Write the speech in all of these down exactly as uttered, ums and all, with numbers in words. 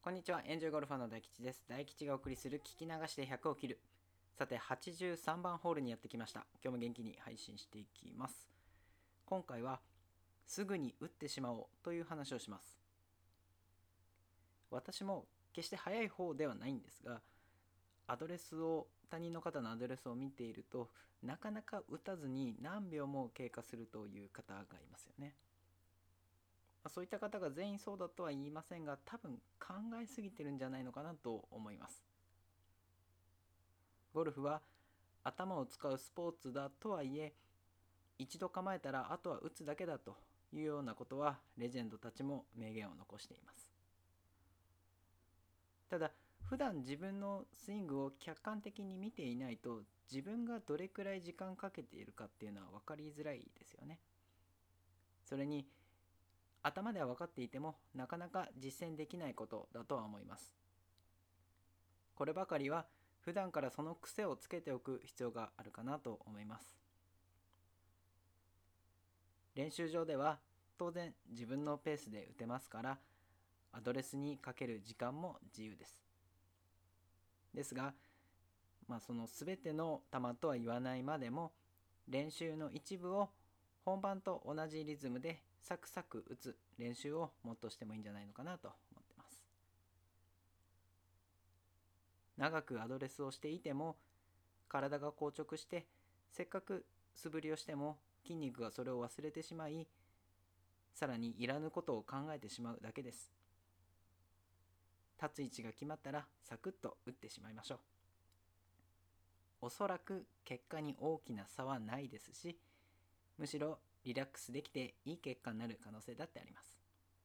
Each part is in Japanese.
こんにちは。エンジョイゴルファーの大吉です。大吉がお送りする聞き流しでひゃくを切る。さて、はちじゅうさんばんホールにやってきました。今日も元気に配信していきます。今回は、すぐに打ってしまおうという話をします。私も決して早い方ではないんですが、アドレスを、他人の方のアドレスを見ていると、なかなか打たずに何秒も経過するという方がいますよね。そういった方が全員そうだとは言いませんが、多分考えすぎてるんじゃないのかなと思います。ゴルフは頭を使うスポーツだとはいえ、一度構えたらあとは打つだけだというようなことはレジェンドたちも名言を残しています。ただ、普段自分のスイングを客観的に見ていないと、自分がどれくらい時間かけているかっていうのは分かりづらいですよね。それに頭では分かっていてもなかなか実践できないことだとは思います。こればかりは普段からその癖をつけておく必要があるかなと思います。練習場では当然自分のペースで打てますから、アドレスにかける時間も自由です。ですが、まあ、その全ての球とは言わないまでも、練習の一部を本番と同じリズムでサクサク打つ練習をもっとしてもいいんじゃないのかなと思ってます。長くアドレスをしていても体が硬直して、せっかく素振りをしても筋肉がそれを忘れてしまい、さらにいらぬことを考えてしまうだけです。立つ位置が決まったらサクッと打ってしまいましょう。おそらく結果に大きな差はないですし、むしろリラックスできていい結果になる可能性だってあります。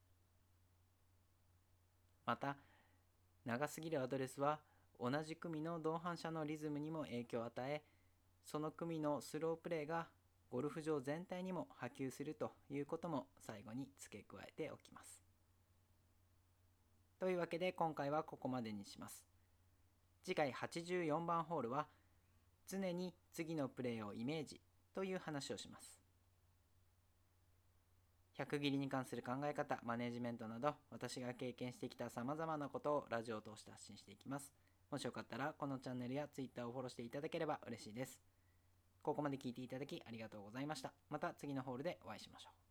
また、長すぎるアドレスは同じ組の同伴者のリズムにも影響を与え、その組のスロープレーがゴルフ場全体にも波及するということも最後に付け加えておきます。というわけで今回はここまでにします。次回はちじゅうよんばんホールは常に次のプレーをイメージという話をします。ひゃく切りに関する考え方、マネジメントなど私が経験してきたさまざまなことをラジオを通して発信していきます。もしよかったらこのチャンネルや Twitter をフォローしていただければ嬉しいです。ここまで聞いていただきありがとうございました。また次のホールでお会いしましょう。